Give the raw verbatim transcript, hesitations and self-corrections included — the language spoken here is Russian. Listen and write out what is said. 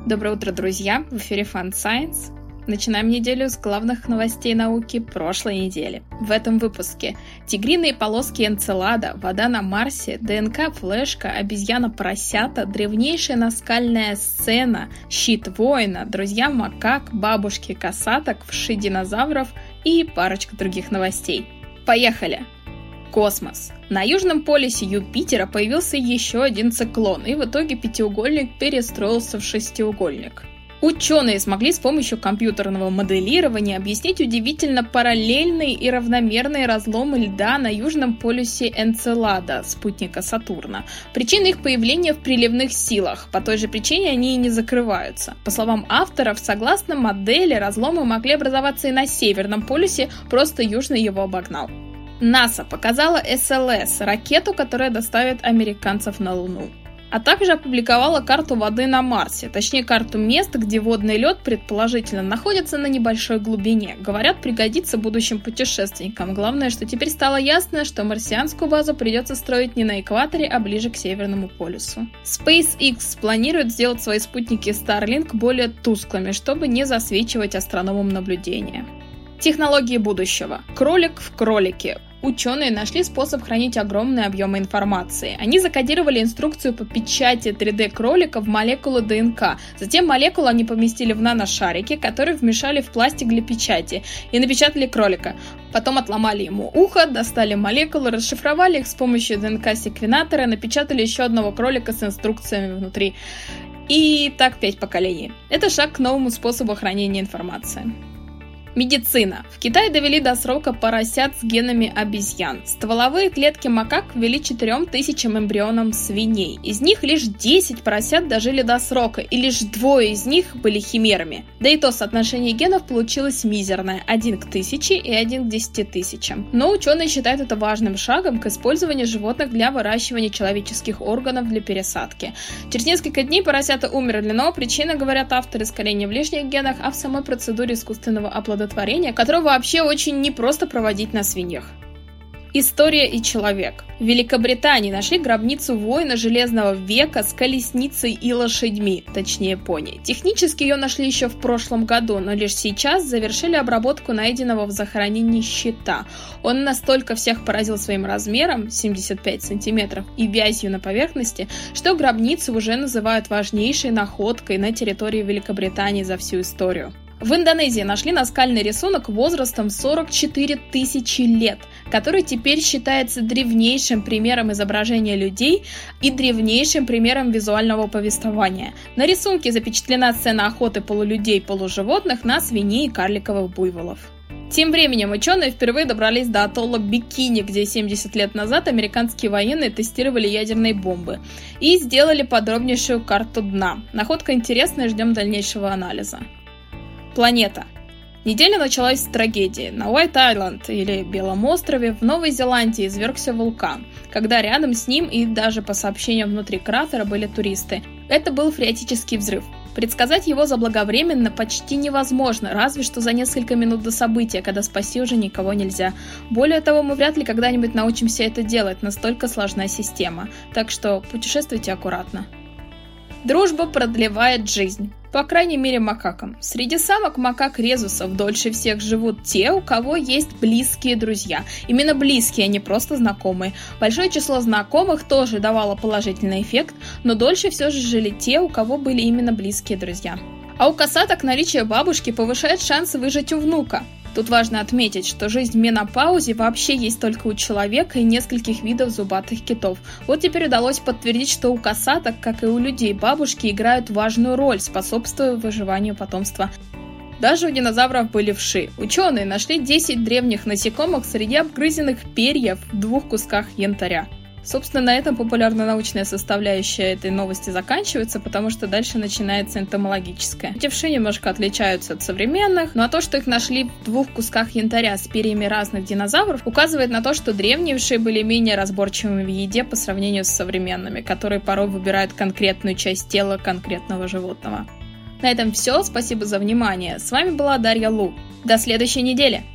Доброе утро, друзья! В эфире Fun Science. Начинаем неделю с главных новостей науки прошлой недели. В этом выпуске тигриные полоски Энцелада, вода на Марсе, ДНК-флешка, обезьяна-поросята, древнейшая наскальная сцена, щит воина, друзья макак, бабушки косаток, вши динозавров и парочка других новостей. Поехали! Космос. На южном полюсе Юпитера появился еще один циклон, и в итоге пятиугольник перестроился в шестиугольник. Ученые смогли с помощью компьютерного моделирования объяснить удивительно параллельные и равномерные разломы льда на южном полюсе Энцелада, спутника Сатурна. Причина их появления в приливных силах, по той же причине они и не закрываются. По словам авторов, согласно модели, разломы могли образоваться и на северном полюсе, просто южный его обогнал. НАСА показала эс эл эс, ракету, которая доставит американцев на Луну. А также опубликовала карту воды на Марсе, точнее карту мест, где водный лед предположительно находится на небольшой глубине. Говорят, пригодится будущим путешественникам. Главное, что теперь стало ясно, что марсианскую базу придется строить не на экваторе, а ближе к Северному полюсу. SpaceX планирует сделать свои спутники Starlink более тусклыми, чтобы не засвечивать астрономам наблюдения. Технологии будущего. Кролик в кролике. Ученые нашли способ хранить огромные объемы информации. Они закодировали инструкцию по печати три дэ кролика в молекулы ДНК. Затем молекулу они поместили в наношарики, которые вмешали в пластик для печати, и напечатали кролика. Потом отломали ему ухо, достали молекулы, расшифровали их с помощью ДНК-секвенатора, напечатали еще одного кролика с инструкциями внутри. И так пять поколений. Это шаг к новому способу хранения информации. Медицина. В Китае довели до срока поросят с генами обезьян. Стволовые клетки макак ввели четырем тысячам эмбрионам свиней. Из них лишь десять поросят дожили до срока, и лишь двое из них были химерами. Да и то соотношение генов получилось мизерное – один к тысяче и один к десяти тысячам. Но ученые считают это важным шагом к использованию животных для выращивания человеческих органов для пересадки. Через несколько дней поросята умерли, но причина, говорят авторы, скорее не в лишних генах, а в самой процедуре искусственного оплодотворения, которое вообще очень непросто проводить на свиньях. История и человек. В Великобритании нашли гробницу воина Железного века с колесницей и лошадьми, точнее пони. Технически ее нашли еще в прошлом году, но лишь сейчас завершили обработку найденного в захоронении щита. Он настолько всех поразил своим размером, семьдесят пять сантиметров, и вязью на поверхности, что гробницу уже называют важнейшей находкой на территории Великобритании за всю историю. В Индонезии нашли наскальный рисунок возрастом сорок четыре тысячи лет, который теперь считается древнейшим примером изображения людей и древнейшим примером визуального повествования. На рисунке запечатлена сцена охоты полулюдей-полуживотных на свиней и карликовых буйволов. Тем временем ученые впервые добрались до атолла Бикини, где семьдесят лет назад американские военные тестировали ядерные бомбы, и сделали подробнейшую карту дна. Находка интересная, ждем дальнейшего анализа. Планета. Неделя началась с трагедии. На Уайт-Айленд, или Белом острове, в Новой Зеландии извергся вулкан, когда рядом с ним и даже по сообщениям внутри кратера были туристы. Это был фреатический взрыв. Предсказать его заблаговременно почти невозможно, разве что за несколько минут до события, когда спасти уже никого нельзя. Более того, мы вряд ли когда-нибудь научимся это делать, настолько сложна система. Так что путешествуйте аккуратно. Дружба продлевает жизнь. По крайней мере, макакам. Среди самок макак-резусов дольше всех живут те, у кого есть близкие друзья. Именно близкие, а не просто знакомые. Большое число знакомых тоже давало положительный эффект, но дольше все же жили те, у кого были именно близкие друзья. А у косаток наличие бабушки повышает шансы выжить у внука. Тут важно отметить, что жизнь в менопаузе вообще есть только у человека и нескольких видов зубатых китов. Вот теперь удалось подтвердить, что у косаток, как и у людей, бабушки играют важную роль, способствуя выживанию потомства. Даже у динозавров были вши. Ученые нашли десять древних насекомых среди обгрызенных перьев в двух кусках янтаря. Собственно, на этом популярно-научная составляющая этой новости заканчивается, потому что дальше начинается энтомологическая. Эти вши немножко отличаются от современных, ну а то, что их нашли в двух кусках янтаря с перьями разных динозавров, указывает на то, что древние вши были менее разборчивыми в еде по сравнению с современными, которые порой выбирают конкретную часть тела конкретного животного. На этом все, спасибо за внимание. С вами была Дарья Лу. До следующей недели!